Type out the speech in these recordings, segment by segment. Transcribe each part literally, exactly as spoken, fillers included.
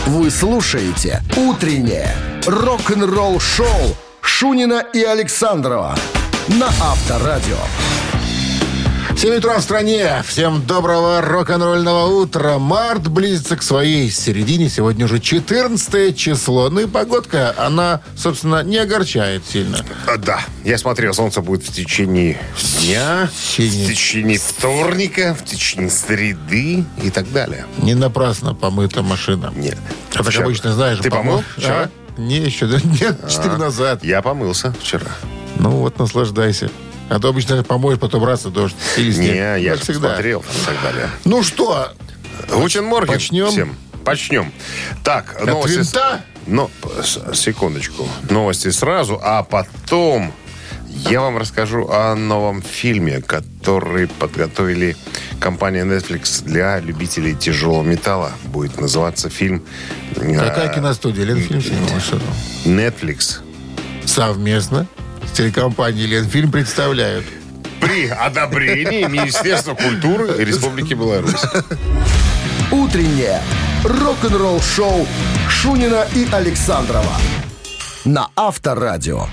Вы слушаете «Утреннее рок-н-ролл-шоу» Шунина и Александрова на Авторадио. семь утра в стране. Всем доброго рок-н-ролльного утра. Март близится к своей середине. Сегодня уже четырнадцатое число. Ну и погодка, она, собственно, не огорчает сильно. Да, я смотрел, солнце будет в течение дня, Течение. в течение вторника, в течение среды и так далее. Не напрасно помыта машина. Нет. А так Вчера. обычно, знаешь, Ты помыл вчера? А? Не, еще нет, четыре А, назад. Я помылся вчера. Ну вот, наслаждайся. А то обычно помоешь, потом раз и дождь. Или снег. Не, я Как же всегда. посмотрел и так далее. Ну что, Гутен Морген Почнем? всем. Почнем. Так, от новости... винта? Но, с- секундочку. Новости сразу, а потом я вам расскажу о новом фильме, который подготовили компания Netflix для любителей тяжелого металла. Будет называться фильм... Какая э, киностудия? Ленфильм снимала, что там? Netflix. Совместно с телекомпанией Ленфильм представляют. При одобрении Министерства культуры Республики Беларусь. «Утреннее рок-н-ролл-шоу» Шунина и Александрова на Авторадио.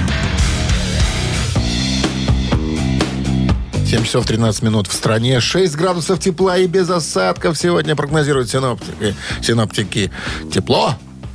семь часов тринадцать минут в стране. шесть градусов тепла и без осадков сегодня прогнозируют синоптики. Синоптики. Тепло.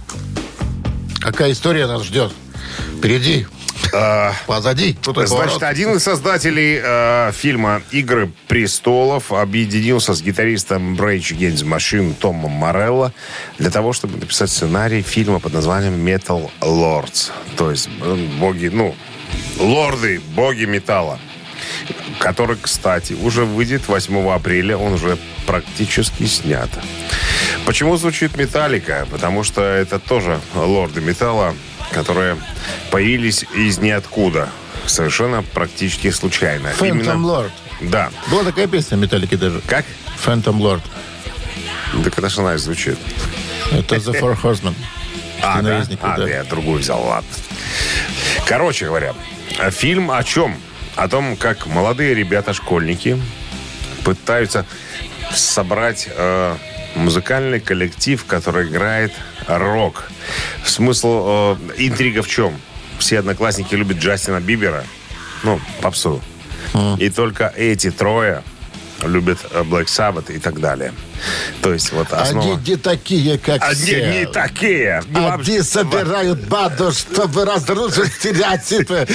Какая история нас ждет? Впереди. Позади. Крутой Значит, поворот. один из создателей э, фильма «Игры престолов» объединился с гитаристом Rage Against the Machine Томом Морелло для того, чтобы написать сценарий фильма под названием «Metal Lords». То есть э, боги, ну, лорды, боги металла. Который, кстати, уже выйдет восьмого апреля. Он уже практически снят. Почему звучит «Металлика»? Потому что это тоже лорды металла, которые появились из ниоткуда. Совершенно практически случайно. Phantom Именно- Lord. Да. Была такая песня Металлики даже. Как? Phantom Lord. Так это же она и звучит. Это The Four Horsemen. А, да? Ненавистники, А, да. я другую взял, ладно. Короче говоря, фильм о чем? О том, как молодые ребята-школьники пытаются собрать э, музыкальный коллектив, который играет рок. Смысл, э, интрига в чем? Все одноклассники любят Джастина Бибера, ну, попсу. И только эти трое любят э, Black Sabbath и так далее. То есть вот основа... Они не такие, как Они все. не такие. Они собирают банду, чтобы разрушить стереотипы.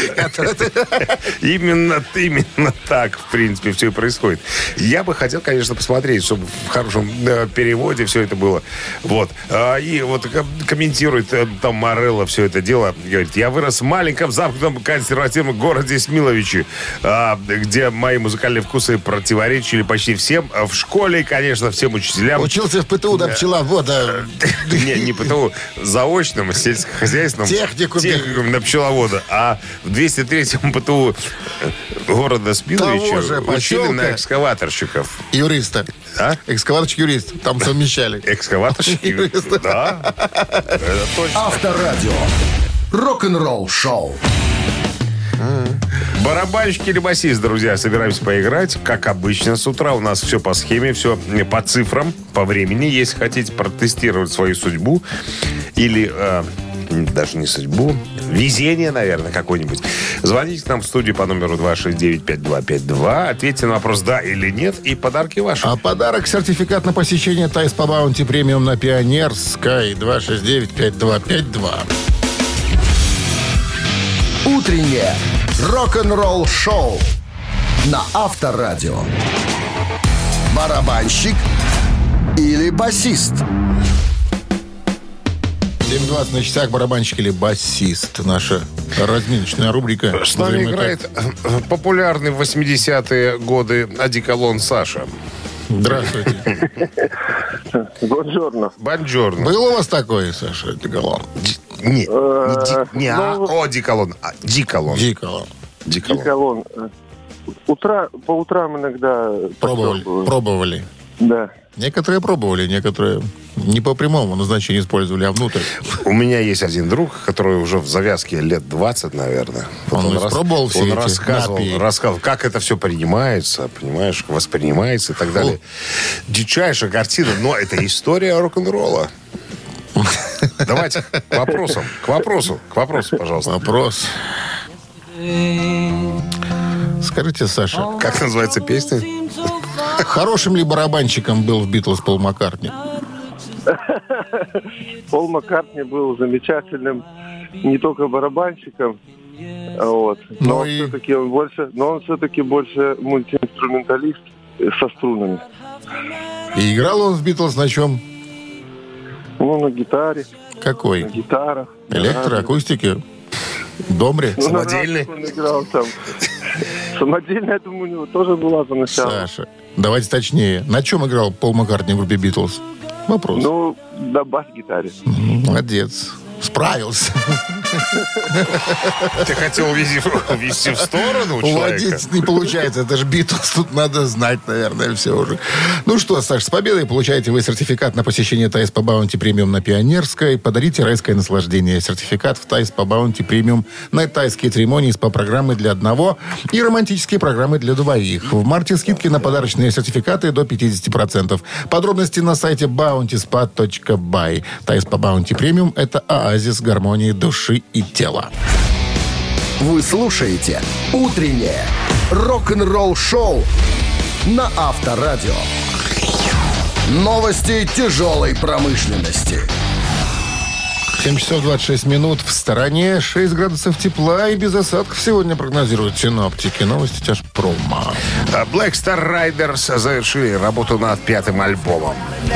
Именно, именно так, в принципе, все и происходит. Я бы хотел, конечно, посмотреть, чтобы в хорошем э, переводе все это было. Вот. А, и вот ко- комментирует э, там Морелло все это дело. Говорит, я вырос в маленьком замкнутом консервативном городе Смиловичи, а, где мои музыкальные вкусы противоречили почти всем. В школе, конечно, всем учителям. Учился в ПТУ до пчеловода. Не, не ПТУ, заочном, сельскохозяйственном Техникуме. техникуме на пчеловода. А в двести третьем ПТУ города Того Смиловича же учили поселка. на экскаваторщиков. Юриста. А? Экскаваторщик-юрист. Там совмещали. Экскаваторщики? Юриста. Да. Это точно. Авторадио. Рок-н-ролл-шоу. Барабанщик или басист, друзья, собираемся поиграть. Как обычно, с утра у нас все по схеме, все по цифрам, по времени. Если хотите протестировать свою судьбу или э, даже не судьбу, везение, наверное, какое-нибудь. Звоните к нам в студию по номеру два шесть девять пять два пять два. Ответьте на вопрос «да» или «нет», и подарки ваши. А подарок — сертификат на посещение Тайс по Баунти премиум на Пионерской. Два шесть девять пять два пять два. «Утреннее рок-н-ролл-шоу» на Авторадио. Барабанщик или басист? семь двадцать на часах. Барабанщик или басист. Наша разминочная рубрика. С нами Назовем ее так. играет э, популярный в восьмидесятые годы одеколон Саша. Здравствуйте. Бонжорно. Бонжорно. Был у вас такой, Саша, Диколон? Не, не, ди- не а, ну, одеколон, а диколон. Диколон. Диколон. Диколон. Утра, по утрам иногда... Пробовали, потёпываю. пробовали. Да. Некоторые пробовали, некоторые не по прямому назначению использовали, а внутрь. У меня есть один друг, который уже в завязке лет двадцать, наверное. Он испробовал все Он эти рассказывал, напии. рассказывал, как это все принимается, понимаешь, воспринимается и так далее. Дичайшая картина, но это история рок-н-ролла. Давайте к вопросам. К вопросу. К вопросу, пожалуйста. Вопрос. Скажите, Саша, Как называется песня? хорошим ли барабанщиком был в «Битлз» Пол Маккартни? Пол Маккартни был замечательным не только барабанщиком, а вот, но Ну он и- все-таки он больше, но он все-таки больше мультиинструменталист со струнами. И играл он в «Битлз» на чем? Ну, на гитаре, Какой? на гитарах. Электро, на- акустики? Домре? Ну, на Самодельный? разных он играл там. Самодельная, я думаю, у него тоже была поначалу. Саша, давайте точнее. На чем играл Пол Маккартни в группе «Битлз»? Вопрос. Ну, на бас-гитаре. Молодец. Справился. Ты хотел увези- увести в сторону человека? Уводить не получается. Это же «Битлз». Тут надо знать, наверное, все уже. Ну что, Саш, с победой получаете вы сертификат на посещение Тайс по Баунти Премиум на Пионерской. Подарите райское наслаждение. Сертификат в Тайс по Баунти Премиум на тайские церемонии, СПА-программы для одного и романтические программы для двоих. В марте скидки на подарочные сертификаты до пятьдесят процентов. Подробности на сайте баунти спа точка бай. Тайс по Баунти Премиум – это оазис гармонии души и тела. Вы слушаете «Утреннее рок-н-ролл-шоу» на Авторадио. Новости тяжелой промышленности. семь часов двадцать шесть минут в стороне, шесть градусов тепла и без осадков сегодня прогнозируют синоптики. Новости тяжпрома. А Black Star Riders завершили работу над пятым альбомом.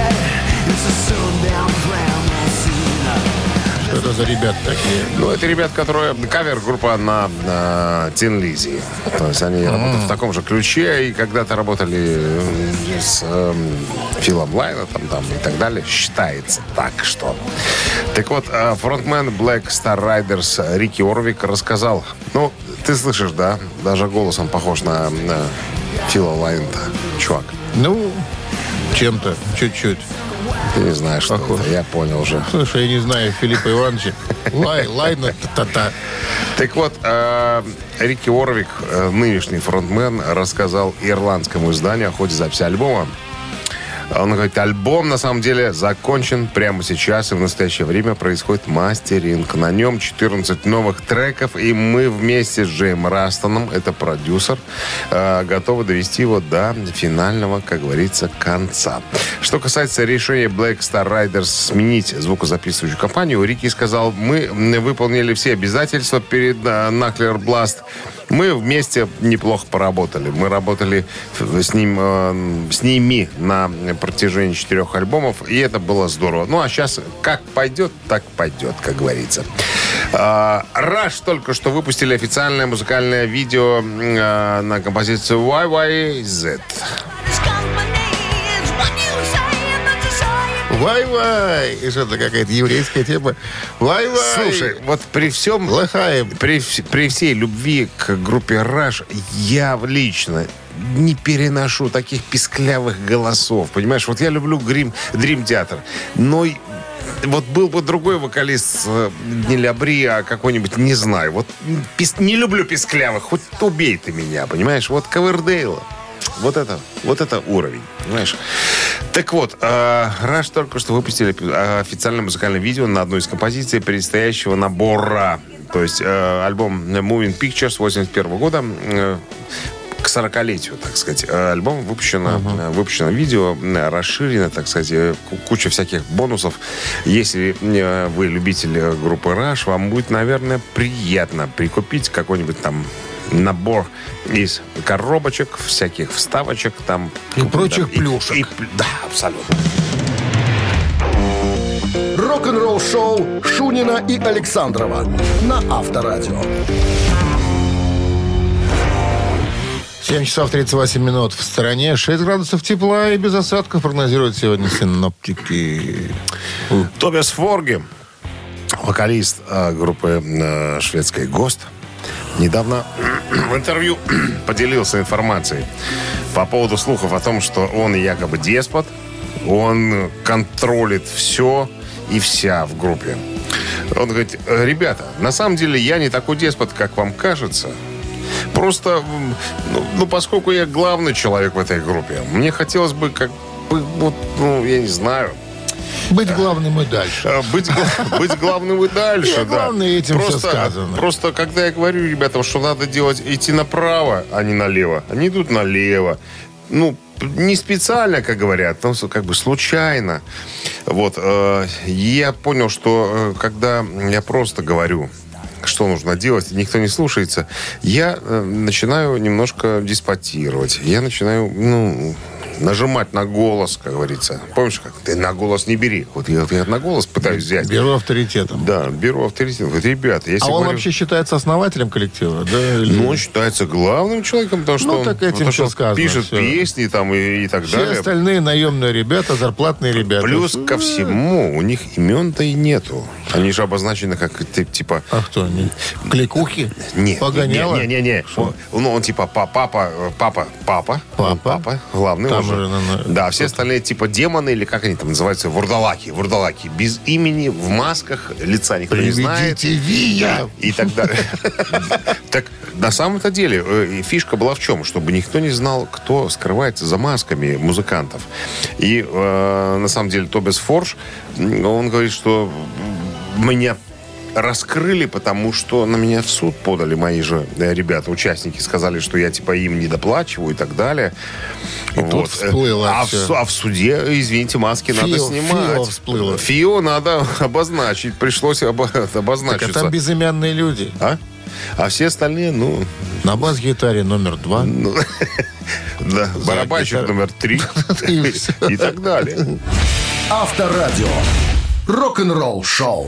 Что это за ребята такие? Ну, это ребят, которые кавер-группа на, на Тин Лизи. То есть они работают в таком же ключе и когда-то работали э, с э, Филом Лайном там, там, и так далее. Считается так, что... Так вот, э, фронтмен Black Star Riders Рики Орвик рассказал. Ну, ты слышишь, да? Даже голосом похож на, на Фила Лайна, чувак. Ну, чем-то, чуть-чуть. Ты не знаешь, что Похож. это. Я понял уже. Слушай, я не знаю Филиппа Ивановича. Лай, лайна, та-та. Так вот, э, Рики Орвик, э, нынешний фронтмен, рассказал ирландскому изданию о ходе записи альбома. Он говорит, альбом на самом деле закончен прямо сейчас, и в настоящее время происходит мастеринг. На нем четырнадцать новых треков, и мы вместе с Джейм Растоном, это продюсер, э, готовы довести его до финального, как говорится, конца. Что касается решения Black Star Riders сменить звукозаписывающую компанию, Рики сказал, мы выполнили все обязательства перед э, Nuclear Blast. Мы вместе неплохо поработали. Мы работали с, ним, э, с ними на протяжении четырех альбомов, и это было здорово. Ну, а сейчас как пойдет, так пойдет, как говорится. Rush только что выпустили официальное музыкальное видео э, на композицию вай вай зет. Вай-вай! И что-то какая-то еврейская тема. Вай-вай! Слушай, вот при всем... Лахаем. При, вс- при всей любви к группе Rush я лично не переношу таких писклявых голосов. Понимаешь, вот я люблю Грим, Dream Theater, но и- вот был бы другой вокалист, э, не Лябри, а какой-нибудь, не знаю. Вот пис- не люблю писклявых, хоть убей ты меня, понимаешь? Вот Ковердейла. Вот это, вот это уровень, понимаешь? Так вот, э, Rush только что выпустили э, официальное музыкальное видео на одну из композиций предстоящего набора. То есть э, альбом Moving Pictures восемьдесят первого года, э, к сорокалетию, так сказать, э, альбом выпущено, uh-huh. выпущено видео, э, расширено, так сказать, э, куча всяких бонусов. Если э, вы любитель группы Rush, вам будет, наверное, приятно прикупить какой-нибудь там набор из коробочек, всяких вставочек там. И прочих и- плюшек. и- да, абсолютно. Рок-н-ролл-шоу Шунина и Александрова на Авторадио. семь часов тридцать восемь минут в стороне, шесть градусов тепла и без осадков прогнозируют сегодня синоптики. Тобиас Форги, вокалист э, группы э, шведской «Гост», недавно в интервью поделился информацией по поводу слухов о том, что он якобы деспот, он контролит все и вся в группе. Он говорит, ребята, на самом деле я не такой деспот, как вам кажется. Просто, ну, ну, поскольку я главный человек в этой группе, мне хотелось бы, как бы, вот, ну, я не знаю. Быть главным и дальше. А, Быть, гла- быть главным и дальше, Нет, да. главное, этим всё просто, сказано. Просто, когда я говорю ребятам, что надо делать, идти направо, а не налево, они идут налево. Ну, не специально, как говорят, но как бы случайно. Вот. э, Я понял, что э, когда я просто говорю, что нужно делать, никто не слушается, я э, начинаю немножко деспотировать. Я начинаю, ну, нажимать на голос, как говорится. Помнишь, как ты на голос не бери. Вот я, я на голос пытаюсь взять. Беру авторитетом. Да, беру авторитет. Вот, ребята, если А он говорю- вообще считается основателем коллектива, да? Или- Ну, он считается главным человеком, потому что Ну, он, так этим потому что всё он сказано, пишет всё. песни там, и, и так Все далее. остальные наемные ребята, зарплатные ребята. Плюс ко всему, у них имен-то и нету. Они же обозначены как ты- типа... А кто они? Кликухи? Не, Погоняло? не, не, не, не. Он, ну, он типа па- папа, э, папа, папа, Папа. Он папа, главный Там уже. уже, наверное, Да, все остальные типа демоны или как они там называются, вурдалаки, вурдалаки, без имени, в масках, лица никто не знает. Приведите Вия! И так далее. Так на самом-то деле э, фишка была в чем? Чтобы никто не знал, кто скрывается за масками музыкантов. И э, на самом деле Тобиас Форш, м, он говорит, что меня раскрыли, потому что на меня в суд подали мои же э, ребята, участники, сказали, что я типа им не доплачиваю и так далее. И тут всплыло а, в, всё. су- а в суде, извините, маски надо Фио- снимать. Фио всплыло. Фио надо обозначить. Пришлось обо- Так, обозначиться. а там безымянные люди. А? А все остальные, ну, На бас-гитаре номер два. ну да, барабанщик гитар- номер три И всё. и так далее. Авторадио. Рок-н-ролл шоу.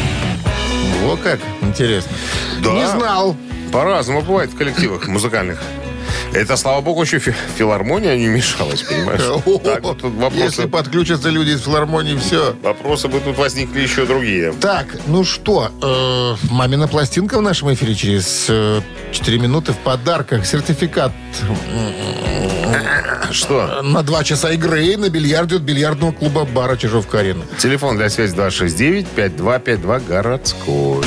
Во как, интересно. Да. Не знал. По-разному бывает в коллективах музыкальных. Это, слава богу, еще фи- филармония не мешалась, понимаешь? Так вот тут Если вопросы, подключатся люди из филармонии, все. вопросы бы тут возникли еще другие. Так, ну что, э, мамина пластинка в нашем эфире через э, четыре минуты в подарках. Сертификат Что? на два часа игры на бильярде от бильярдного клуба бара Чижовка-Арена. Телефон для связи два шесть девять пять два пять два городской.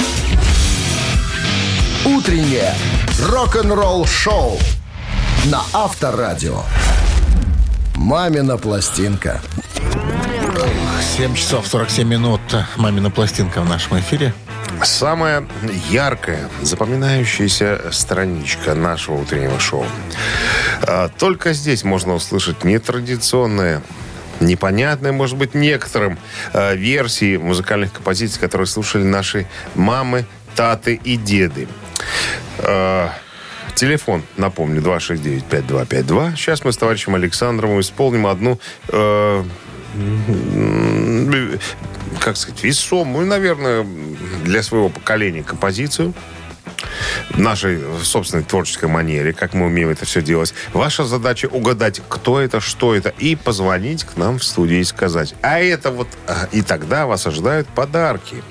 Утреннее рок-н-ролл шоу на Авторадио. Мамина пластинка. семь часов сорок семь минут. Мамина пластинка в нашем эфире. Самая яркая, запоминающаяся страничка нашего утреннего шоу. А, Только здесь можно услышать нетрадиционные, непонятные, может быть, некоторым а, версии музыкальных композиций, которые слушали наши мамы, таты и деды. А, Телефон, напомню, два шесть девять пять два пять два. Сейчас мы с товарищем Александровым исполним одну, э, м, как сказать, весомую, наверное, для своего поколения композицию. В нашей собственной творческой манере, как мы умеем это все делать. Ваша задача угадать, кто это, что это, и позвонить к нам в студию и сказать. А это вот... И тогда вас ожидают подарки.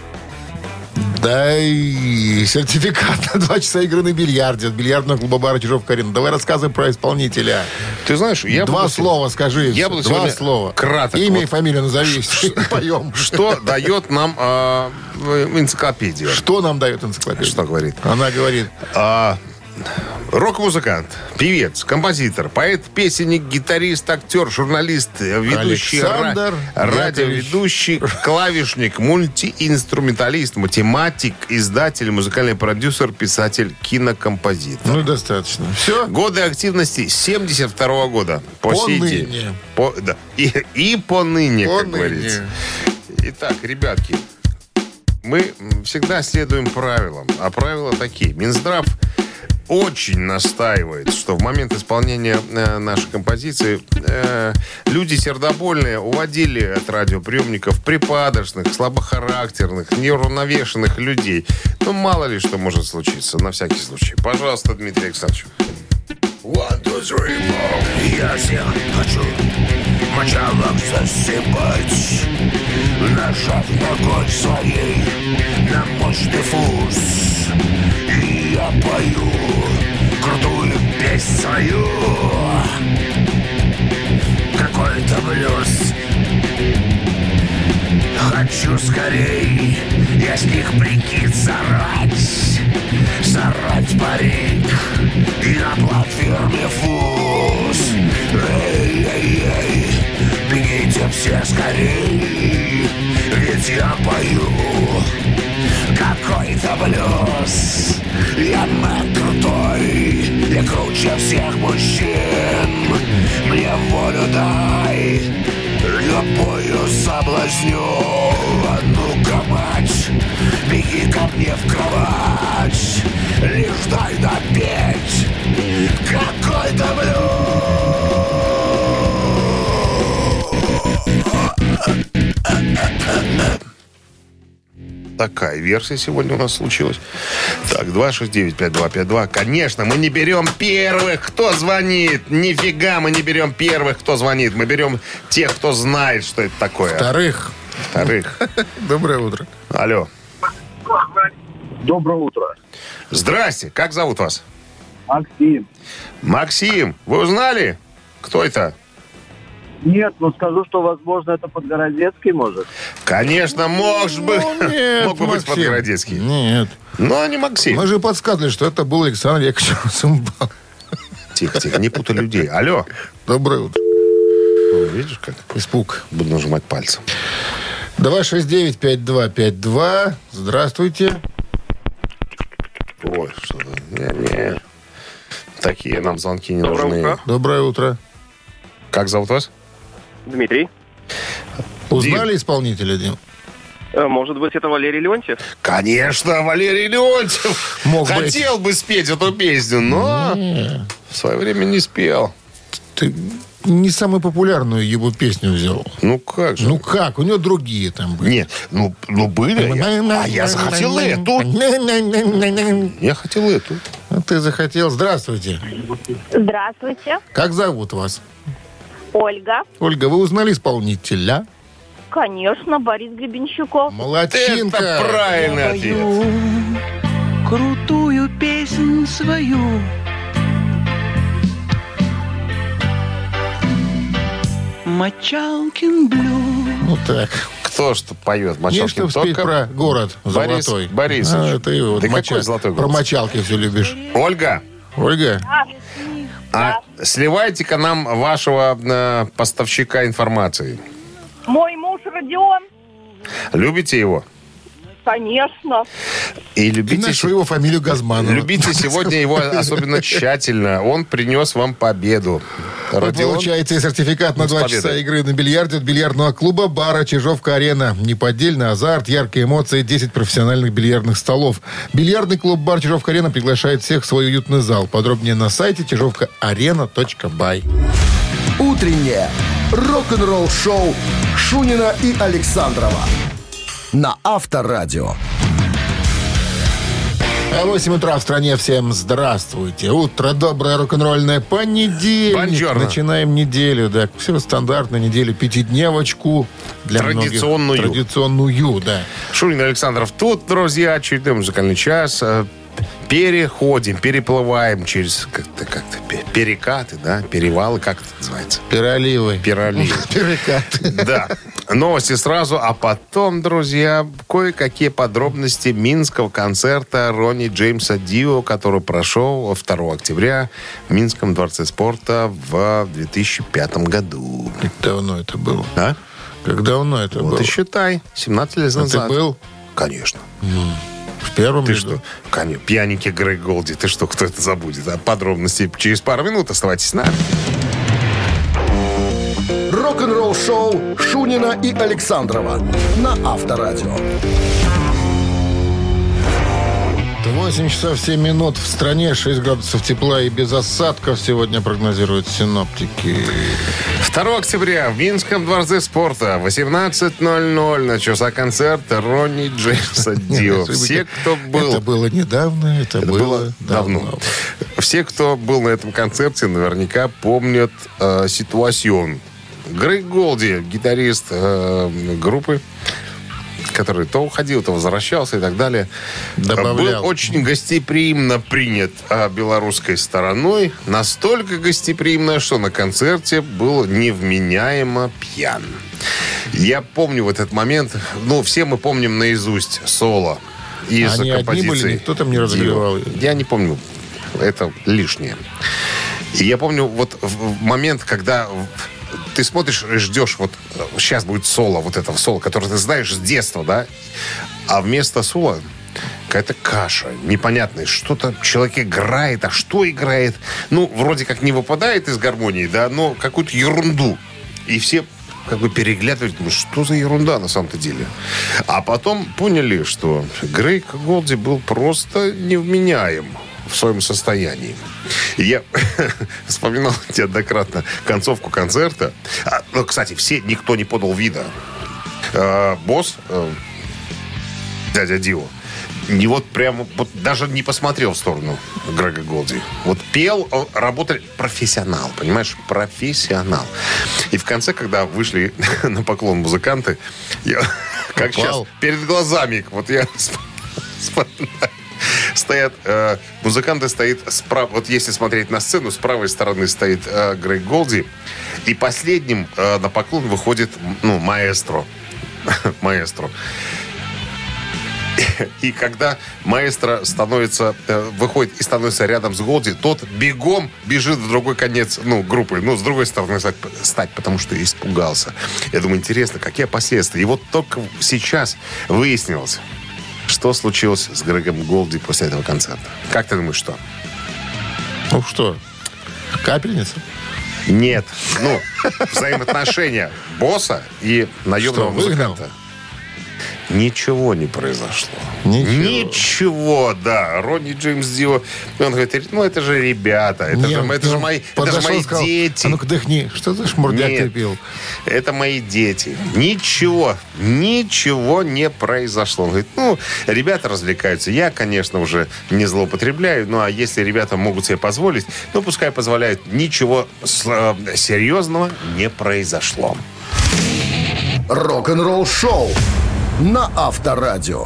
Да и сертификат на два часа игры на бильярде от бильярдного клуба бара Чижовка-Арена. Давай рассказывай про исполнителя. Ты знаешь, я Два буду... слова скажи. Я буду Два сегодня слова. краток. Имя Вот и фамилию назови. Поем. Что дает нам а, энциклопедия? Что нам дает энциклопедия? Что говорит? Она говорит. А, рок-музыкант, певец, композитор, поэт, песенник, гитарист, актер, журналист, ведущий, Александр ра- радиоведущий, клавишник, мультиинструменталист, математик, издатель, музыкальный продюсер, писатель, кинокомпозитор. Ну, достаточно. Все? Годы активности семьдесят второго года. По, По сей ныне. день. По, да. и, и по ныне, По как ныне. говорится. Итак, ребятки, мы всегда следуем правилам. А правила такие. Минздрав очень настаивает, что в момент исполнения э, нашей композиции э, люди сердобольные уводили от радиоприемников припадочных, слабохарактерных, неуравновешенных людей. Ну, мало ли что может случиться, на всякий случай. Пожалуйста, Дмитрий Александрович. One, two, three, four. Я всех хочу мочалом засыпать, нажав ногой своей на мощный фуз. И я пою крутую песню свою, какой-то блюз. Хочу скорей я с них прикид сорать, сорать парик и на платформе фуз. Эй-эй-эй, бегите все скорей, ведь я пою какой-то блюз. Я мэн крутой, я круче всех мужчин. Мне волю дай, любую соблазню. А ну-ка, мать, беги ко мне в кровать, лишь дай допеть какой-то блюз. Такая версия сегодня у нас случилась. Так, два шесть девять пять два пять два. Конечно, мы не берем первых, кто звонит. Нифига мы не берем первых, кто звонит. Мы берем тех, кто знает, что это такое. Вторых. Вторых. Доброе утро. Алло. Доброе утро. Здрасте. Как зовут вас? Максим. Максим. Вы узнали, кто это? Нет, но скажу, что, возможно, это Подгородецкий, может. Конечно, может быть. Ну, нет, Мог бы быть Максим. Подгородецкий. Нет. Но не Максим. Мы же подсказывали, что это был Александр Яковлевич Розенбаум. Тихо, тихо, не путай людей. Алло. Доброе утро. Ну, видишь, как Испуг. буду нажимать пальцем. два шесть девять пять два пять два. Здравствуйте. Ой, что-то... Не-не. Такие нам звонки не нужны. Доброе утро. Как зовут вас? Дмитрий. Узнали исполнителя, Дим? Э, Может быть, это Валерий Леонтьев? Конечно, Валерий Леонтьев. Мог быть. Хотел бы спеть эту песню, но Не. в свое время не спел. Ты не самую популярную его песню взял. Ну как же? Ну как? У него другие там были. Нет, ну, ну были. Я- а я захотел эту. Я хотел эту. А ты захотел. Здравствуйте. Здравствуйте, Как зовут вас? Ольга. Ольга, вы узнали исполнителя? Конечно, Борис Гребенщиков. Молодчинка. Это правильный ответ. Крутую песнь свою. Мочалкин блюз. Ну так. Кто что поет? Не, Мочалкин чтобы спеть только... про город Борис золотой. Борисович. А, ты вот Да моча- какой золотой Про голос? мочалки все любишь. Ольга, Ольга? а сливайте-ка нам вашего э, поставщика информации. Мой муж Родион. Любите его? Конечно. И И любите... нашу его фамилию Газманова. Любите сегодня его особенно тщательно. Он принес вам победу. Вы Родион, получаете сертификат на с два победой. часа игры на бильярде от бильярдного клуба бара «Чижовка-арена». Неподдельный азарт, яркие эмоции, десять профессиональных бильярдных столов. Бильярдный клуб бар «Чижовка-арена» приглашает всех в свой уютный зал. Подробнее на сайте чижовка арена точка бай. Утреннее рок-н-ролл-шоу Шунина и Александрова на Авторадио. А восемь утра в стране. Всем здравствуйте. Утро доброе, рок-н-ролльное, понедельник. Бонжорно. Начинаем неделю, да. Все стандартно, неделю, пятидневочку. Для Традиционную. многих. Традиционную, да. Шунин и Александров тут, друзья. Очередной музыкальный час. Э, Переходим, переплываем через как-то, как-то пе- перекаты, да, перевалы, как это называется? Переливы. Переливы. Перекаты. Да. Новости сразу, а потом, друзья, кое-какие подробности минского концерта Ронни Джеймса Дио, который прошел второго октября в Минском дворце спорта в две тысячи пятом году. Как давно это было? А? Как давно это Вот было? и считай, семнадцать лет А назад. ты был Конечно. в первом Ты ряду? что? Конечно, пьяненький Грег Голди. Ты что, кто это забудет? А подробности через пару минут. Оставайтесь с нами. Рок-н-ролл-шоу Шунина и Александрова на Авторадио. восемь часов семь минут. В стране шесть градусов тепла и без осадков сегодня прогнозируют синоптики. второго октября в Минском дворце спорта восемнадцать ноль ноль начался концерт Ронни Джеймса Дио. Все, кто был... Это было недавно, это, Это было, было давно. давно. Все, кто был на этом концерте, наверняка помнят э, ситуацию. Грег Голди, гитарист э, группы, который то уходил, то возвращался и так далее, Добавлял. был очень гостеприимно принят а, белорусской стороной. Настолько гостеприимно, что на концерте был невменяемо пьян. Я помню в этот момент, ну, все мы помним наизусть соло из Они одни композиции были, никто там не разогревал. Дио. Я не помню, это лишнее. И я помню вот в момент, когда ты смотришь и ждешь, вот сейчас будет соло, вот этого соло, которое ты знаешь с детства, да? А вместо соло какая-то каша непонятная. Что-то человек играет, а что играет? Ну, вроде как не выпадает из гармонии, да, но какую-то ерунду. И все как бы переглядывают, думают, что за ерунда на самом-то деле. А потом поняли, что Грейг Голди был просто невменяем в своем состоянии. И я вспоминал неоднократно концовку концерта. А, ну, кстати, все, никто не подал вида. А, босс, а, дядя Дио, не вот прямо, вот даже не посмотрел в сторону Грега Голди. Вот пел, он работал профессионал, понимаешь? Профессионал. И в конце, когда вышли на поклон музыканты, я, как сейчас, перед глазами, вот я вспоминаю, стоят, э, музыканты стоят справа, вот если смотреть на сцену, с правой стороны стоит э, Грег Голди, и последним э, на поклон выходит, ну, маэстро. Маэстро. И когда маэстро становится, э, выходит и становится рядом с Голди, тот бегом бежит в другой конец, ну, группы, ну, с другой стороны стать, стать, потому что испугался. Я думаю, интересно, какие последствия. И вот только сейчас выяснилось, что случилось с Грегом Голди после этого концерта. Как ты думаешь, что? Ну что, капельница? Нет. Ну, взаимоотношения босса и наемного Что, выгнал? музыканта. Ничего не произошло. Ничего. Ничего, да. Ронни Джеймс Дио, он говорит, ну это же ребята, это, Нет, же, это же мои, это же мои сказал, дети. А ну-ка дыхни, что за шмурдяк Нет, ты пил? это мои дети. Ничего, ничего не произошло. Он говорит, ну, ребята развлекаются. Я, конечно, уже не злоупотребляю, ну, а если ребята могут себе позволить, ну, пускай позволяют. Ничего э, серьезного не произошло. Рок-н-ролл шоу на Авторадио.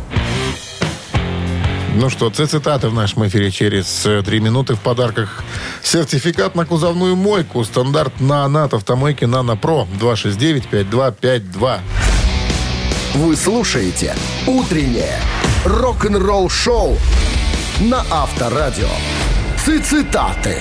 Ну что, цитаты в нашем эфире через э, три минуты. В подарках сертификат на кузовную мойку. Стандарт «Нано» от автомойки «Нано Про». два шесть девять пять два пять два. Вы слушаете «Утреннее рок-н-ролл шоу» на Авторадио. Цитаты.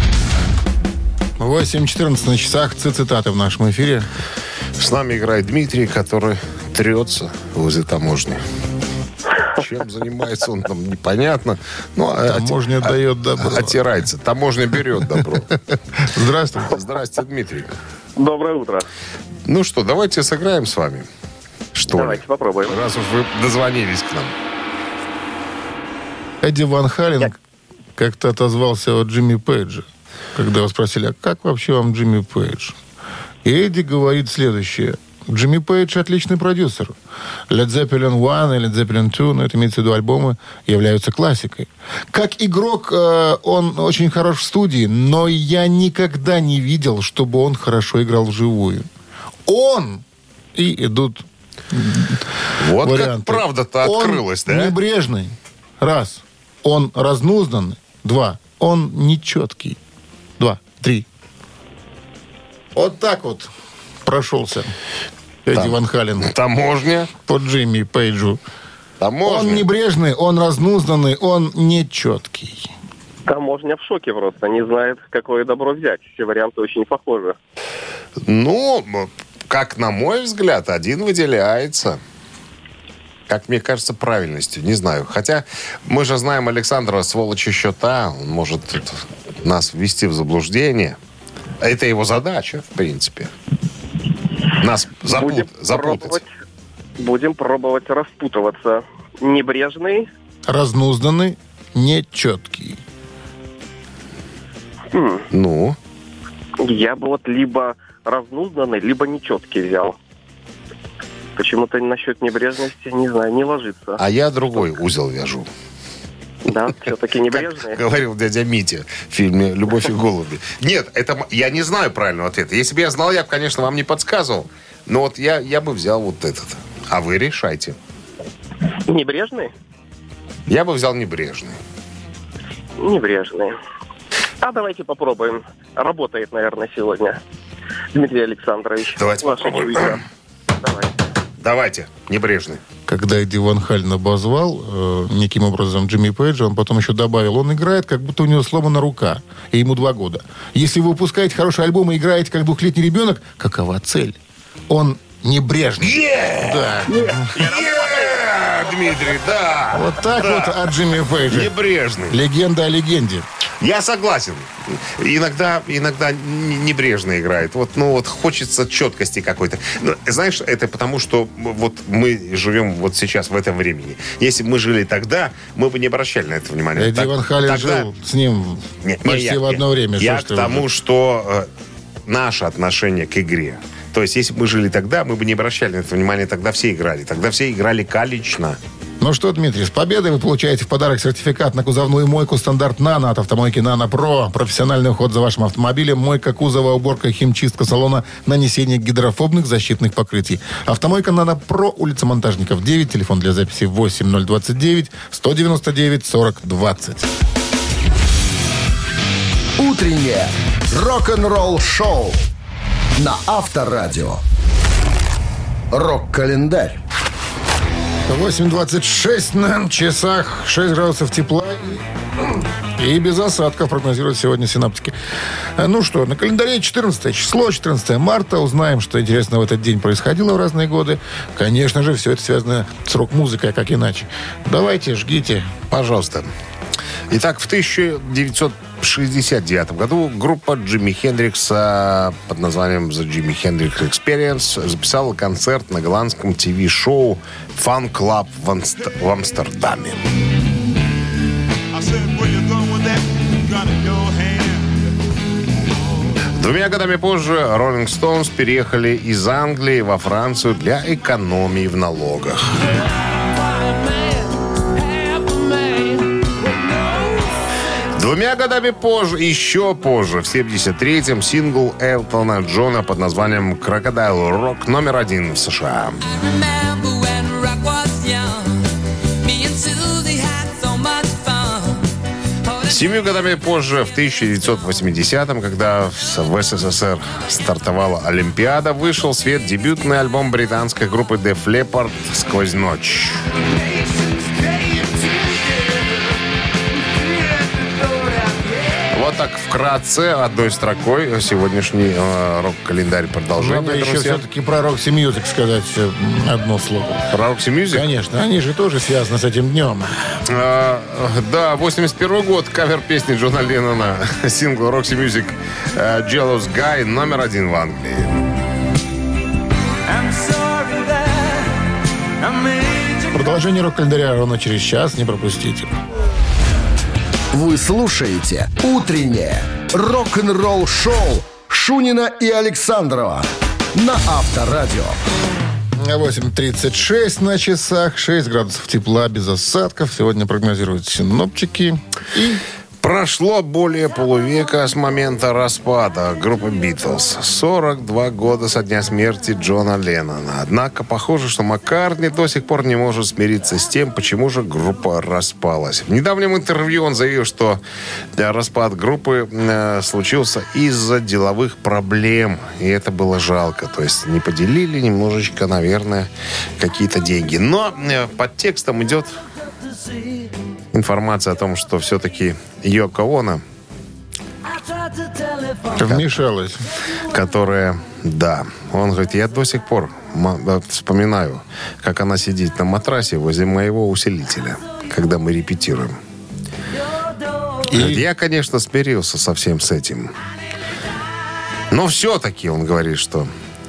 восемь четырнадцать на часах. Цитаты в нашем эфире. С нами играет Дмитрий, который трется возле таможни. Чем занимается он там, непонятно. Ну, Таможня а, дает добро. Отирается. Таможня берет добро. Здравствуйте. Здравствуйте, Дмитрий. Доброе утро. Ну что, давайте сыграем с вами. Что Давайте ли? попробуем. Раз уж вы дозвонились к нам. Эдди Ван Хален как-то отозвался о Джимми Пейдже, когда его спросили, а как вообще вам Джимми Пейдж? И Эдди говорит следующее. Джимми Пейдж отличный продюсер. Led Zeppelin один и Led Zeppelin два, но это имеется в виду альбомы, являются классикой. Как игрок э, он очень хорош в студии, но я никогда не видел, чтобы он хорошо играл вживую. Он! И идут Вот варианты. как правда-то открылась, он да? небрежный. Раз. Он разнузданный. Два. Он нечеткий. Два. Три. Вот так вот прошелся Эдди Там. Ван Хален Таможня. по Джимми Пейджу. Таможня. Он небрежный, он разнузданный, он нечеткий. Таможня в шоке просто. Не знает, какое добро взять. Все варианты очень похожи. Ну, как на мой взгляд, один выделяется. Как мне кажется, правильностью. Не знаю. Хотя мы же знаем Александра, сволочь еще та. Он может тут нас ввести в заблуждение. Это его задача, в принципе. Нас запут... Будем запутать. пробовать, будем пробовать распутываться. Небрежный. Разнузданный, нечеткий. Хм, Ну, я бы вот либо разнузданный, либо нечеткий взял. Почему-то насчет небрежности, не знаю, не ложится. а я другой узел вяжу. Да, все-таки небрежный. Как говорил дядя Митя в фильме «Любовь и голуби». Нет, это м- я не знаю правильного ответа. Если бы я знал, я бы, конечно, вам не подсказывал. Но вот я, я бы взял вот этот. А вы решайте. Небрежный? Я бы взял небрежный. Небрежный. А давайте попробуем. Работает, наверное, сегодня. Дмитрий Александрович. Давайте Ваша попробуем. чуйка. Давай. Давайте, небрежный. когда Эдди Ван Хален обозвал э, неким образом Джимми Пейджа, он потом еще добавил, он играет, как будто у него сломана рука, и ему два года. Если вы выпускаете хороший альбом и играете как двухлетний ребенок, какова цель? Он небрежный. Yeah! Да. Yeah! Дмитрий, да. Вот так да. вот от Джимми Пейджа. Небрежный. Легенда о легенде. Я согласен. Иногда, иногда небрежно играет. Вот, ну вот хочется четкости какой-то. Но, знаешь, это потому, что вот мы живем вот сейчас в этом времени. Если бы мы жили тогда, мы бы не обращали на это внимания. Эдди Ван Хален жил с ним не, почти не, я, в одно не, время. Я что к тому, уже? что э, наше отношение к игре. То есть, если бы мы жили тогда, мы бы не обращали на это внимания. Тогда все играли. Тогда все играли калечно. Ну что, Дмитрий, с победой вы получаете в подарок сертификат на кузовную мойку «Стандарт Нано» от автомойки «Нано Про». Профессиональный уход за вашим автомобилем, мойка кузова, уборка, химчистка салона, нанесение гидрофобных защитных покрытий. Автомойка «Нано Про», улица Монтажников, девять, телефон для записи восемь ноль двадцать девять сто девяносто девять сорок двадцать. Утреннее рок-н-ролл-шоу на Авторадио. Рок-календарь. восемь двадцать шесть на часах, шесть градусов тепла и, и без осадков прогнозируют сегодня синаптики. Ну что, на календаре четырнадцатое число, четырнадцатое марта. Узнаем, что интересного в этот день происходило в разные годы. Конечно же, все это связано с рок-музыкой, как иначе. Давайте, жгите. Пожалуйста. Итак, в тысяча девятьсот шестьдесят девятом году группа Джимми Хендрикса под названием The Jimi Hendrix Experience записала концерт на голландском ТВ-шоу Fun Club в, Анст... в Амстердаме. Двумя годами позже Rolling Stones переехали из Англии во Францию для экономии в налогах. Двумя годами позже, еще позже, в семьдесят третьем, сингл Элтона Джона под названием «Crocodile Rock» номер один в США. Семью годами позже, в тысяча девятьсот восьмидесятом, когда в СССР стартовала Олимпиада, вышел в свет дебютный альбом британской группы Def Leppard «Сквозь ночь». Вот так вкратце, одной строкой, сегодняшний э, рок-календарь продолжения. Надо еще все-таки про Roxy Music сказать одно слово. Про Roxy Music? Конечно, они же тоже связаны с этим днем. А, да, восемьдесят первый год, кавер песни Джона Леннона, сингл Roxy Music «Jealous Guy» номер один в Англии. Продолжение рок-календаря ровно через час, не пропустите. Вы слушаете «Утреннее рок-н-ролл-шоу» Шунина и Александрова на Авторадио. восемь тридцать шесть на часах, шесть градусов тепла, без осадков. Сегодня прогнозируют синоптики. И прошло более полувека с момента распада группы «Битлз». сорок два года со дня смерти Джона Леннона. Однако похоже, что Маккартни до сих пор не может смириться с тем, почему же группа распалась. В недавнем интервью он заявил, что распад группы э, случился из-за деловых проблем. И это было жалко. То есть не поделили немножечко, наверное, какие-то деньги. Но э, под текстом идет информация о том, что все-таки Йоко Оно вмешалась. Которая, да, он говорит, я до сих пор вспоминаю, как она сидит на матрасе возле моего усилителя, когда мы репетируем. И говорит, я, конечно, смирился со всем с этим. Но все-таки он говорит, что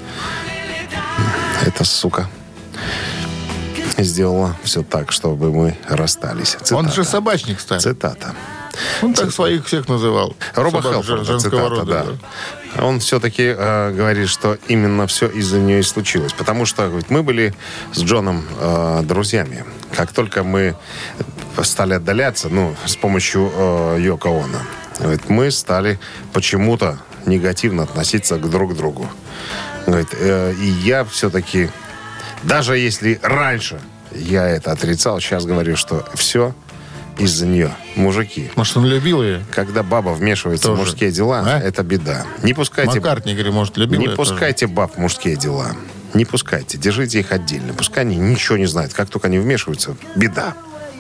эта сука сделала все так, чтобы мы расстались. Цитата. Он же собачник, кстати. Цитата. Он так своих всех называл. Роба Собак Хелфорда, женского цитата, рода, да. да. Он все-таки э, говорит, что именно все из-за нее и случилось. Потому что, говорит, мы были с Джоном э, друзьями. Как только мы стали отдаляться, ну, с помощью э, Йоко Оно, говорит, мы стали почему-то негативно относиться к друг другу. Говорит, э, и я все-таки, даже если раньше я это отрицал, сейчас говорю, что все из-за нее. Мужики. Может, он любил ее? Когда баба вмешивается тоже. в мужские дела, а? это беда. Не пускайте, Маккартни, говорю, может, любил не ее пускайте тоже. баб в мужские дела. Не пускайте, держите их отдельно. Пускай они ничего не знают. Как только они вмешиваются, беда.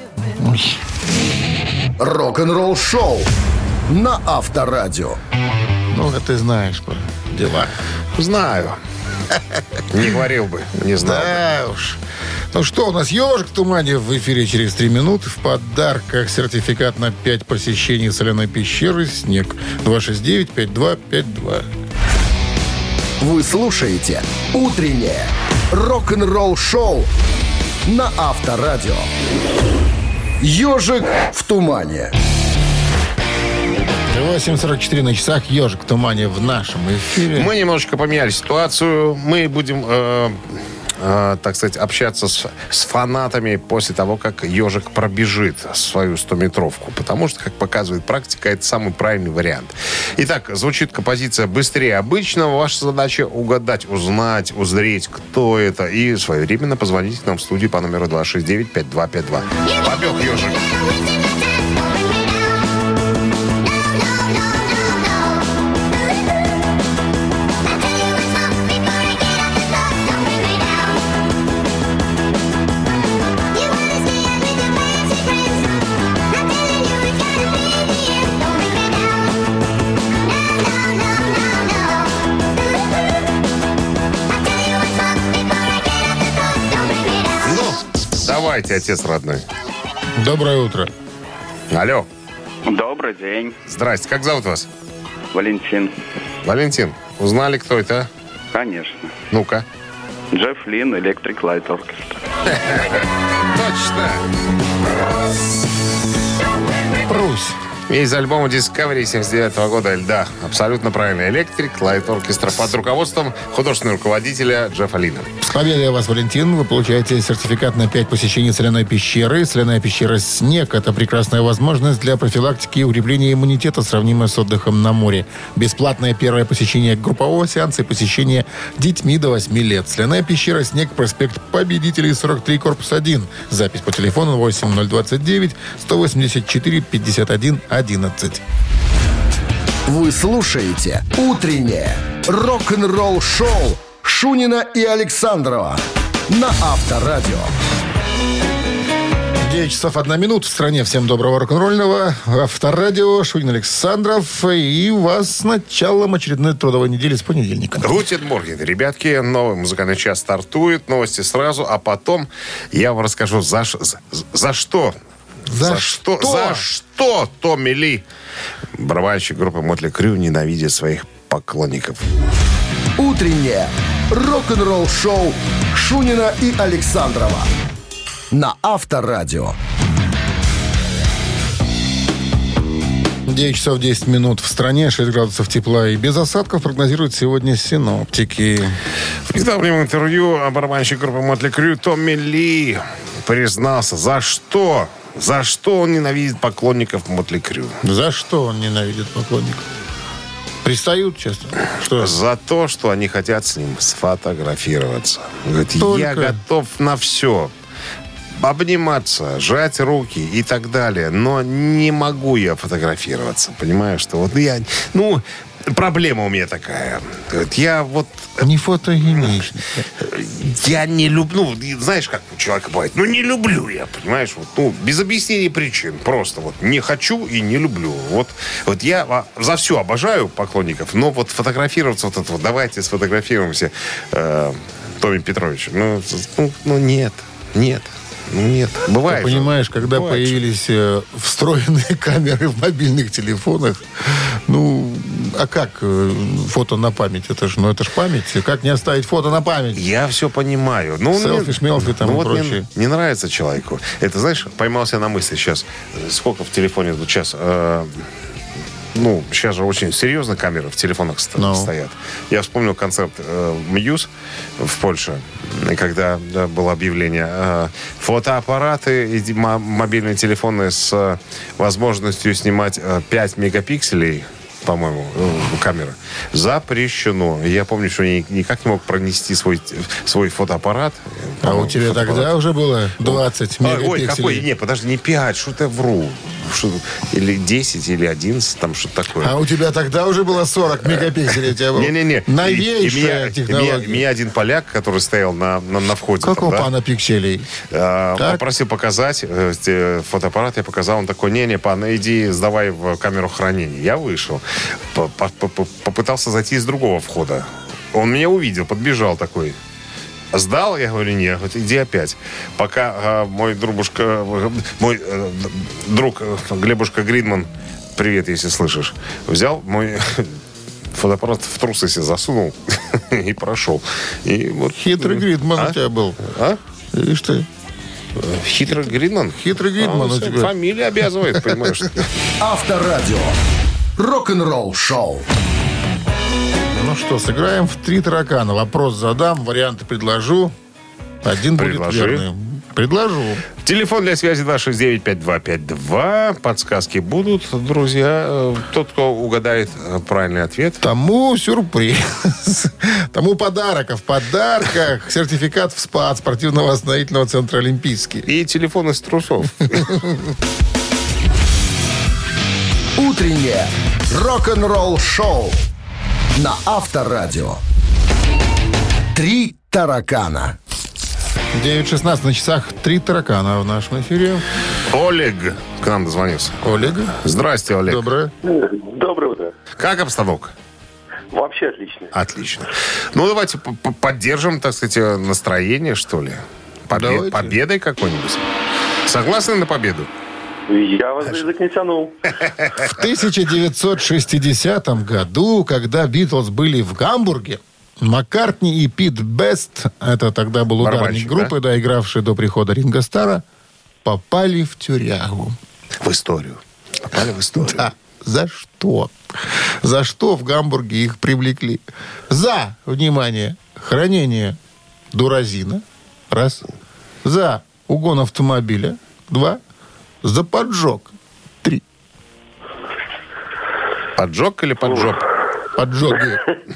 Рок-н-ролл шоу на Авторадио. Ну, это ты знаешь про дела. Знаю. Не говорил бы, не знал. Да уж. Ну что, у нас «Ежик в тумане» в эфире через три минуты. В подарках сертификат на пять посещений соляной пещеры «Снег». два шесть девять пять два пять два. Вы слушаете «Утреннее рок-н-ролл-шоу» на Авторадио. «Ежик в тумане». восемь сорок четыре на часах. «Ежик в тумане» в нашем эфире. Мы немножечко поменяли ситуацию. Мы будем, э, э, так сказать, общаться с, с фанатами после того, как «Ежик» пробежит свою стометровку. Потому что, как показывает практика, это самый правильный вариант. Итак, звучит композиция «Быстрее обычного». Ваша задача угадать, узнать, узреть, кто это. И своевременно позвоните нам в студию по номеру два шесть девять пять два пять два. Побег «Ежик». Давайте, отец родной. Доброе утро. Алло. Добрый день. Здрасте. Как зовут вас? Валентин. Валентин. Узнали, кто это? Конечно. Ну-ка. Джефф Линн, Electric Light Orchestra. Точно. Прусь. Из альбома Discovery семьдесят девятого года «Льда». Абсолютно правильно. Electric Light Orchestra под руководством художественного руководителя Джеффа Линна. С победой вас, Валентин. Вы получаете сертификат на пять посещений соляной пещеры. Соляная пещера «Снег» — это прекрасная возможность для профилактики и укрепления иммунитета, сравнимая с отдыхом на море. Бесплатное первое посещение группового сеанса и посещение детьми до восьми лет. Соляная пещера «Снег», проспект Победителей, сорок три, корпус один. Запись по телефону восемь ноль двадцать девять сто восемьдесят четыре пятьдесят один одиннадцать. Вы слушаете «Утреннее рок-н-ролл-шоу» Шунина и Александрова на Авторадио. девять часов одна минута в стране. Всем доброго рок-н-ролльного. Авторадио, Шунин, Александров. И у вас с началом очередной трудовой недели с понедельника. Гутен Морген, ребятки. Новый музыкальный час стартует. Новости сразу. А потом я вам расскажу, за, за, за что... За, за что? что? За что Томми Ли, барабанщик группы Мотли Крю, ненавидит своих поклонников? Утреннее рок-н-ролл-шоу Шунина и Александрова на Авторадио. девять часов десять минут в стране, шесть градусов тепла и без осадков прогнозируют сегодня синоптики. В недавнем интервью барабанщик группы Мотли Крю Томми Ли признался, за что, за что он ненавидит поклонников Мотли Крю. За что он ненавидит поклонников? Пристают часто? Что? За то, что они хотят с ним сфотографироваться. Говорит, Только... я готов на все. Обниматься, жать руки и так далее. Но не могу я фотографироваться. Понимаешь, что вот я... Ну, проблема у меня такая. Я вот... Не фотогеничный. Я не люблю... Ну, знаешь, как у человека бывает? Ну, не люблю я, понимаешь? Вот, ну, без объяснений причин. Просто вот не хочу и не люблю. Вот, вот я за все обожаю поклонников, но вот фотографироваться вот это вот, давайте сфотографируемся, э, Томми Петрович. Ну, ну, ну, нет, нет. Ну, нет, бывает. Ты понимаешь, же. когда Бывает появились э, встроенные камеры в мобильных телефонах, ну, а как э, фото на память? Это же, ну, это ж память. Как не оставить фото на память? Я все понимаю. Ну, селфи, шмелфи там ну, и вот прочее. Не, не нравится человеку. Это, знаешь, поймался на мысли сейчас. Сколько в телефоне тут сейчас... Э, ну, сейчас же очень серьезно камеры в телефонах no. стоят. Я вспомнил концерт э, Мьюз в Польше, когда да, было объявление э, фотоаппараты и мобильные телефоны с э, возможностью снимать э, пять мегапикселей, по-моему, э, камера, запрещено. Я помню, что я никак не мог пронести свой, свой фотоаппарат А у тебя тогда уже было двадцать Ой, мегапикселей? ой, какой? Не, подожди, не пять, что-то вру. Что, или десять, или одиннадцать, там что-то такое. А у тебя тогда уже было сорок мегапикселей? У тебя было Не-не-не. новейшая И- и меня, технология. Меня, меня один поляк, который стоял на, на, на входе. Как там, у да, пана пикселей? а, Так. попросил показать э, те- фотоаппарат, я показал, он такой: не-не, пан, иди сдавай в камеру хранения. Я вышел, по- по- по- попытался зайти из другого входа. Он меня увидел, подбежал такой. Сдал? Я говорю, нет. Говорит, иди опять. Пока а, мой друбушка, мой э, друг э, Глебушка Гридман, привет, если слышишь, взял мой фотоаппарат в трусы себе засунул и прошел. И вот, Хитрый Гридман а? у тебя был. А? Видишь ты? Хитрый Гридман? Хитрый Гридман А, у тебя. Фамилия обязывает, понимаешь? Авторадио. Рок-н-ролл шоу. Ну что, сыграем в три таракана. Вопрос задам, варианты предложу. Один Предложи. будет верным. Предложу. Телефон для связи два шесть девять пять два пять два. Подсказки будут, друзья. Э, Тот, кто угадает э, правильный ответ. Тому сюрприз. Тому подарок. А в подарках сертификат в СПА от спортивно-восстановительного центра «Олимпийский». И телефон из трусов. Утреннее рок-н-ролл шоу на Авторадио. Три таракана. девять шестнадцать на часах. Три таракана в нашем эфире. Олег к нам дозвонился. Олег. Здрасте, Олег. Доброе. Доброе утро. Как обстановка? Вообще отлично. Отлично. Ну, давайте п- п- поддержим, так сказать, настроение, что ли. Побе- Давайте. Победой какой-нибудь. Согласны на победу? Я вас за язык не тянул. В тысяча девятьсот шестидесятом году, когда Битлз были в Гамбурге, Маккартни и Пит Бест, это тогда был ударник Барабанщик, группы, да? игравший до прихода Ринго Старра, попали в тюрягу. В историю. Попали в историю. Да. За что? За что в Гамбурге их привлекли? За, внимание, хранение дуразина. Раз. За угон автомобиля. Два. За поджог. Три. Поджог или поджог? Поджоги.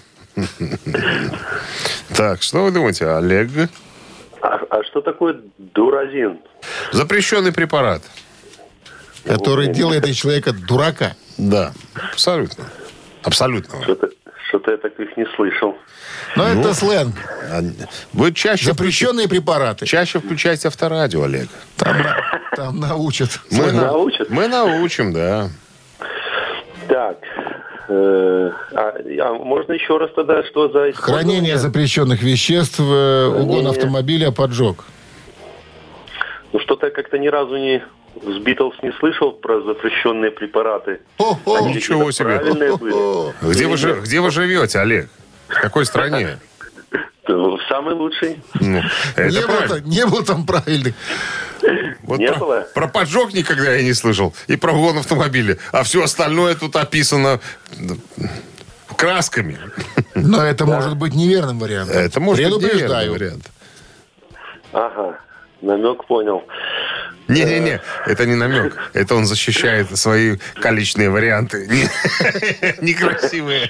Так, что вы думаете, Олег? А, а что такое дуразин? Запрещенный препарат. Который делает из человека дурака. Да, абсолютно. Абсолютно. Что-то, что-то я таких не слышал. Но это сленг. А, Вы чаще, Запрещенные препараты. чаще включайте авторадио, Олег. Там, на- там научат. Мы, на- Научат? мы научим, да. Так. э, а, а можно еще раз тогда, что за... Хранение запрещенных веществ, э, угон Хранение. автомобиля, поджог. Ну, что-то я как-то ни разу не... С Битлз не слышал про запрещенные препараты. О-о, Они ничего какие-то себе. правильные были. Где вы, жи- где вы живете, Олег? В какой стране? Ну, самый лучший. Ну, это не, было, правильно. там- не было там правильных. Вот Не про, было? про поджог никогда я не слышал. И про угон автомобиля. А все остальное тут описано красками. Но это может быть неверным вариантом. Это может быть неверный Предупреждаю. вариант. Ага, намек понял. Не-не-не, это не намек. Это он защищает свои количественные варианты. Не- Некрасивые.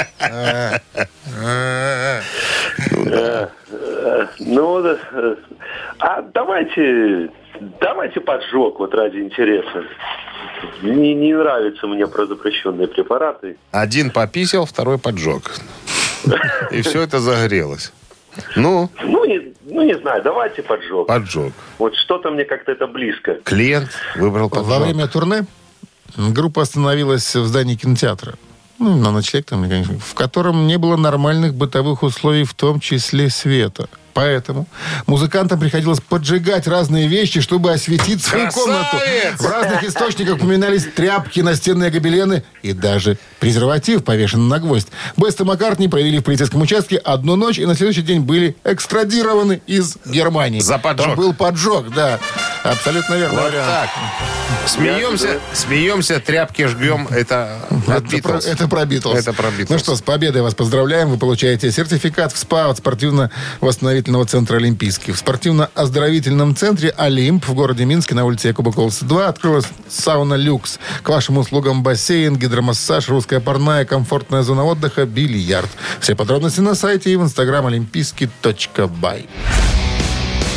Ну, да, э, а давайте, давайте поджог, вот ради интереса. Не, не нравится мне про запрещенные препараты. Один пописал, второй поджег. И все это загорелось. Ну, Ну не, ну, не знаю, давайте поджог. поджег. Вот что-то мне как-то это близко. Клиент выбрал поджог. Во время турне группа остановилась в здании кинотеатра. Ну, на ночлег там, конечно, в котором не было нормальных бытовых условий, в том числе света. Поэтому музыкантам приходилось поджигать разные вещи, чтобы осветить свою Красавец! комнату. В разных источниках упоминались тряпки, настенные гобелены и даже презерватив, повешенный на гвоздь. Бест и Маккартни провели в полицейском участке одну ночь и на следующий день были экстрадированы из Германии. За поджог. Там был поджог, да. Абсолютно верно. Вот так. Смеемся, смеемся, тряпки жгем. Это от Это про, Битлз. это про Битлз. Это про Битлз. Ну что, с победой вас поздравляем. Вы получаете сертификат в СПА от спортивно-восстановительного центра «Олимпийский». В спортивно-оздоровительном центре «Олимп» в городе Минске на улице Якуба Колоса два открылась сауна «Люкс». К вашим услугам бассейн, гидромассаж, русская парная, комфортная зона отдыха, бильярд. Все подробности на сайте и в инстаграм олимпийский точка бай.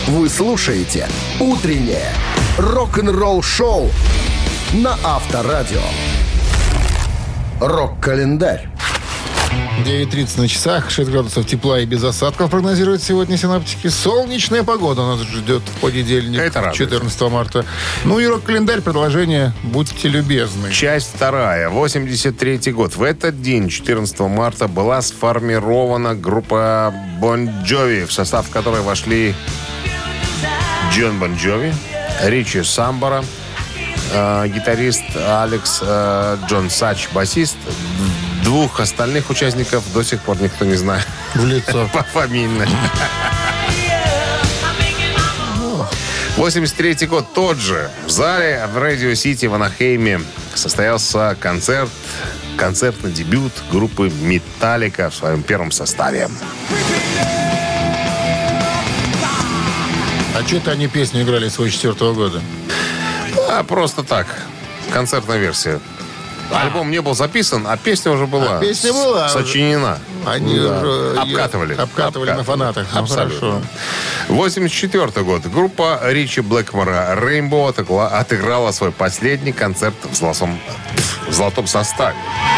Вы слушаете «Утреннее рок-н-ролл-шоу» на Авторадио. Рок-календарь. девять тридцать на часах, шесть градусов тепла и без осадков прогнозируют сегодня синоптики. Солнечная погода нас ждет в понедельник, Это радует. четырнадцатого марта. Ну и рок-календарь, продолжение. Будьте любезны. Часть вторая, восемьдесят третий год. В этот день, четырнадцатого марта, была сформирована группа Bon Jovi, в состав которой вошли Джон Бон Джови, Ричи Самбора, э, гитарист Алекс э, Джон Сач, басист. Двух остальных участников до сих пор никто не знает. В лицо. Пофамильно. восемьдесят третий год, тот же. В зале в Radio City в Анахейме состоялся концерт, концертный дебют группы Metallica в своем первом составе. А что-то они песню играли с восемьдесят четвёртого года? А просто так. Концертная версия. Альбом не был записан, а песня уже была. А песня была. Сочинена. Они Да. уже Обкатывали. ее обкатывали на фанатах. Ну, Абсолютно. хорошо. восемьдесят четвёртый год. Группа Ричи Блэкмора Rainbow отыгла- отыграла свой последний концерт в золотом, в золотом составе.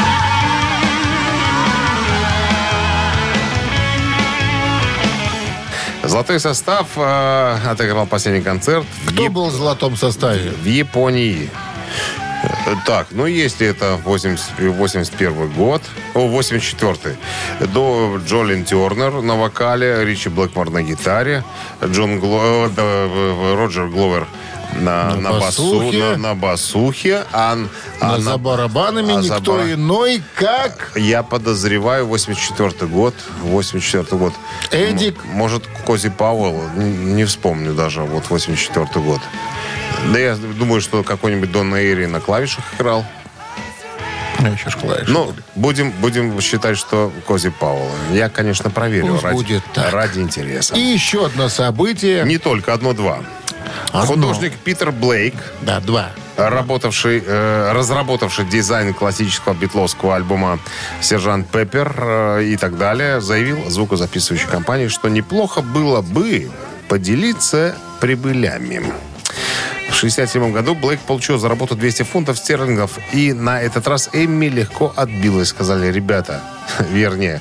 Золотой состав э, отыграл последний концерт в, Кто Яп- был в золотом составе? в Японии. Э, Так, ну если это восемьдесят, восемьдесят первый год, о, восемьдесят четвёртый, до Джолин Тернер на вокале, Ричи Блэкмор на гитаре, Джон Гло, э, да, Роджер Гловер на, На на басу, басухе. на, на басухе, а, а А за барабанами а за никто бара- иной, как... Я подозреваю, восемьдесят четвёртый год. восемьдесят четвёртый год. Эдик. М- Может, Кози Пауэлл. Н- Не вспомню даже. Вот восемьдесят четвёртый год. Да я думаю, что какой-нибудь Дон Эйри на клавишах играл. Ну, еще ж клавиши Ну, были. будем, будем считать, что Кози Пауэлл. Я, конечно, проверю. Пусть ради, будет так. ради интереса. И еще одно событие. Не только одно-два. Одно. Художник Питер Блейк, Да, два. работавший, э, разработавший дизайн классического битловского альбома «Сержант Пеппер» э, и так далее, заявил звукозаписывающей компании, что неплохо было бы поделиться прибылями. В шестьдесят седьмом году Блейк получил за работу двести фунтов стерлингов, и на этот раз Эмми легко отбилась, сказали ребята. Вернее,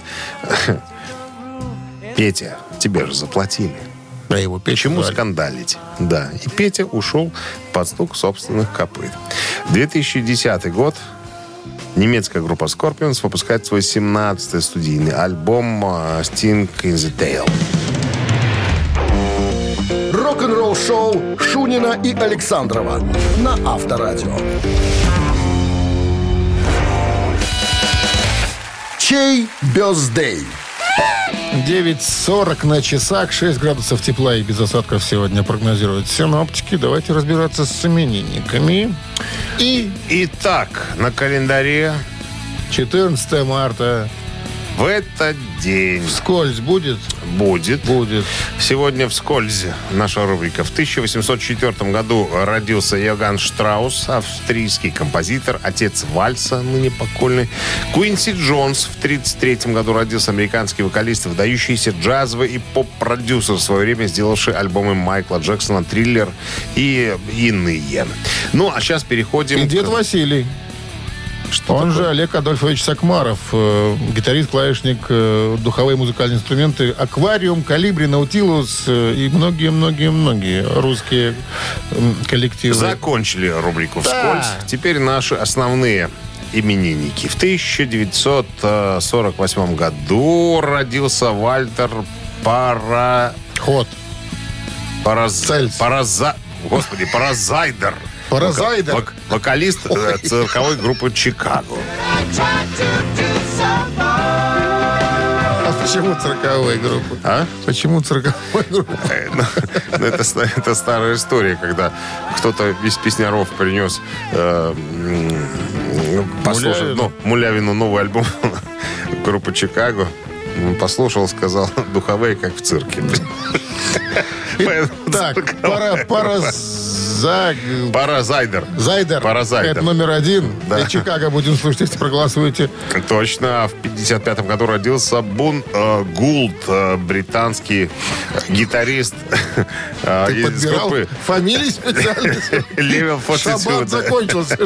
Петя, тебе же заплатили. А его Почему печь скандалить? Да. И Петя ушел под стук собственных копыт. две тысячи десятый год. Немецкая группа Scorpions выпускает свой семнадцатый студийный альбом «Sting in the Tail». Рок-н-ролл-шоу Шунина и Александрова на Авторадио. Чей бёздей? девять сорок на часах, шесть градусов тепла и без осадков сегодня прогнозируют синоптики. Давайте разбираться с именинниками. И Итак, на календаре четырнадцатого марта. в этот день Вскользь будет? будет. Будет. Сегодня вскользь наша рубрика. В тысяча восемьсот четвёртом году родился Йоганн Штраус, австрийский композитор, отец вальса, ныне покойный. Куинси Джонс в тридцать третьем году родился, американский вокалист, выдающийся джазовый и поп-продюсер, в свое время сделавший альбомы Майкла Джексона, «Триллер» и иные. Ну, а сейчас переходим... И дед к- Василий. Что Он такое? же Олег Адольфович Сакмаров, э, гитарист, клавишник, э, духовые музыкальные инструменты, аквариум, калибри, наутилус э, и многие-многие-многие русские э, коллективы. Закончили рубрику Да. «Вскользь». Теперь наши основные именинники. В тысяча девятьсот сорок восьмом году родился Вальтер Пара... Ход. Параз... Цельс. Параза... Господи, Паразайдер. Паразайдер. Вока- Вокалист э, цирковой группы «Чикаго». А почему цирковой группы? А? Почему цирковой группы? Э, ну, ну, это, ста- это старая история, когда кто-то из песняров принес э, м, послушать, Мулявину. ну, Мулявину новый альбом группы «Чикаго». Он послушал, сказал, духовые, как в цирке. Поэтому Так, цирковая пара, группа. За... Паразайдер. Зайдер. Паразайдер. Это номер один. Да. И Чикаго будем слушать, если проголосуете. Точно. В пятьдесят пятом году родился Бун э, Гулд, э, британский гитарист э, Ты из подбирал группы фамилии специально? Level сорок два. Шаббат закончился.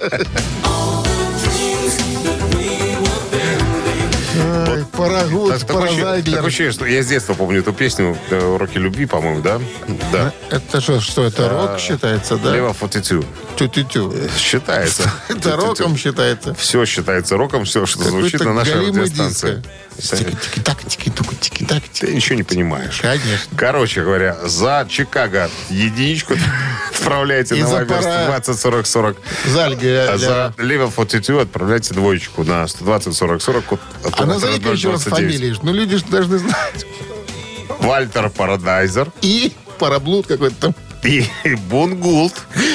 Ой, Парагуд, Так- такое ощущение- Паразайдер. такое ощущение, что я с детства помню эту песню э, «Уроки любви», по-моему, да? Да. Это что, что это рок считается, да? Level сорок два. Тю-тю-тю. Считается. Это роком считается. Все считается роком, все, что звучит на нашей галимый радиостанции. диско. Тики-так, тики-тук, тики-так. Ты ничего не понимаешь. Конечно. Короче говоря, за Чикаго единичку отправляйте И на за Вайбер пора- сто двадцать сорок сорок. Зальга. А за Level сорок два отправляйте двоечку на сто двадцать сорок сорок. код А оператора назови-ка еще раз ноль двадцать девять. фамилии. Ну, люди же должны знать. Вальтер Парадайзер И параблуд какой-то там. и Бун Гулд.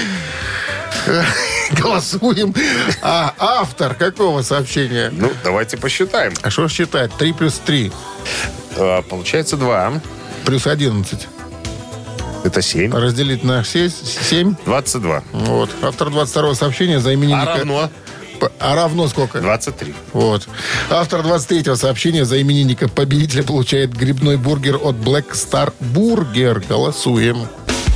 Голосуем. А автор какого сообщения? Ну, давайте посчитаем. А что считать? три плюс три. А, Получается два. Плюс одиннадцать. Это семь. Разделить на семь. двадцать два. Вот. Автор двадцать второго сообщения за именинника... А равно П- А равно сколько? двадцать три. Вот. Автор двадцать третьего сообщения за именинника победителя получает грибной бургер от Black Star Burger. Голосуем.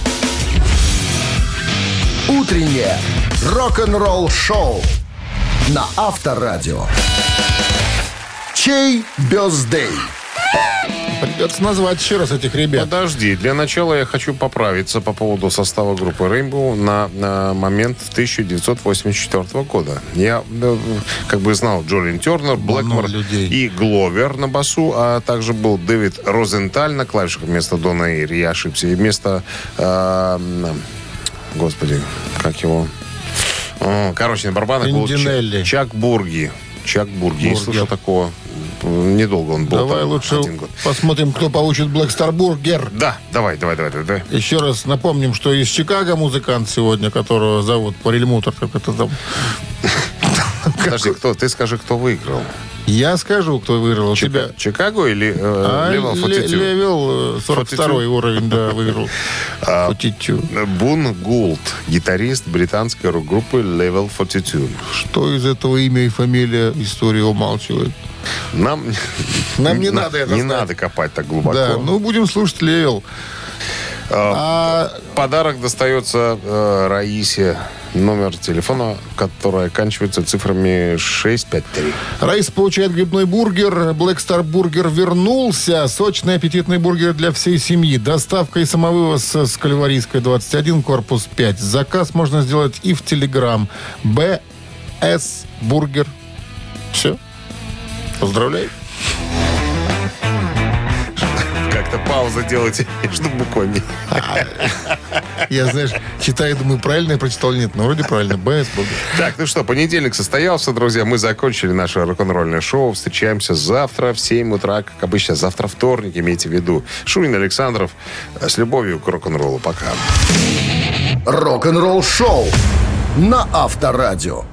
Утреннее рок-н-ролл-шоу на Авторадио. Чей бездей? Придется назвать еще раз этих ребят. Подожди, для начала я хочу поправиться по поводу состава группы Rainbow на, на момент тысяча девятьсот восемьдесят четвёртого года. Я э, как бы знал Джолин Тернер, Блэкмор людей. и Гловер на басу, а также был Дэвид Розенталь на клавишах вместо Дона Эйри. Я ошибся. И вместо... э, господи, как его... О, короче, на барабанах был Индинелли. Чак, Чак Бурги. Чак Бурги. Не Бургер. слышал такого. Недолго он был. Давай там лучше один год. посмотрим, кто получит Black Star Burger. Да, давай, давай, давай, давай. Еще раз напомним, что из Чикаго музыкант сегодня, которого зовут Парельмутер, как это там. Подожди, кто? Ты скажи, кто выиграл? Я скажу, кто выиграл. У Чика- тебя... Чикаго или э, А, Level ле- сорок два? Левел э, сорок второй уровень, да, выиграл. А, сорок два. Бун Гулд, гитарист британской рок-группы Level сорок два. Что из этого имя и фамилия истории умалчивает? Нам, Нам не на- надо это Не знать. надо копать так глубоко. Да, ну будем слушать Левел. А, Подарок достается э, Раисе. Номер телефона, который оканчивается цифрами шесть пять три. Раис получает грибной бургер. Black Star Burger вернулся. Сочный аппетитный бургер для всей семьи. Доставка и самовывоз с Кальварийской двадцать один, корпус пять. Заказ можно сделать и в Телеграм. бэ эс Бургер. Все. Поздравляю. Как-то паузу делайте между буквами. Я, знаешь, читаю, думаю, правильно я прочитал или нет. Но вроде правильно. бэ эс Бургер. Так, ну что, понедельник состоялся, друзья. Мы закончили наше рок-н-ролльное шоу. Встречаемся завтра в семь утра, как обычно. Завтра вторник, имейте в виду. Шунин, Александров. С любовью к рок-н-роллу. Пока. Рок-н-ролл-шоу на Авторадио.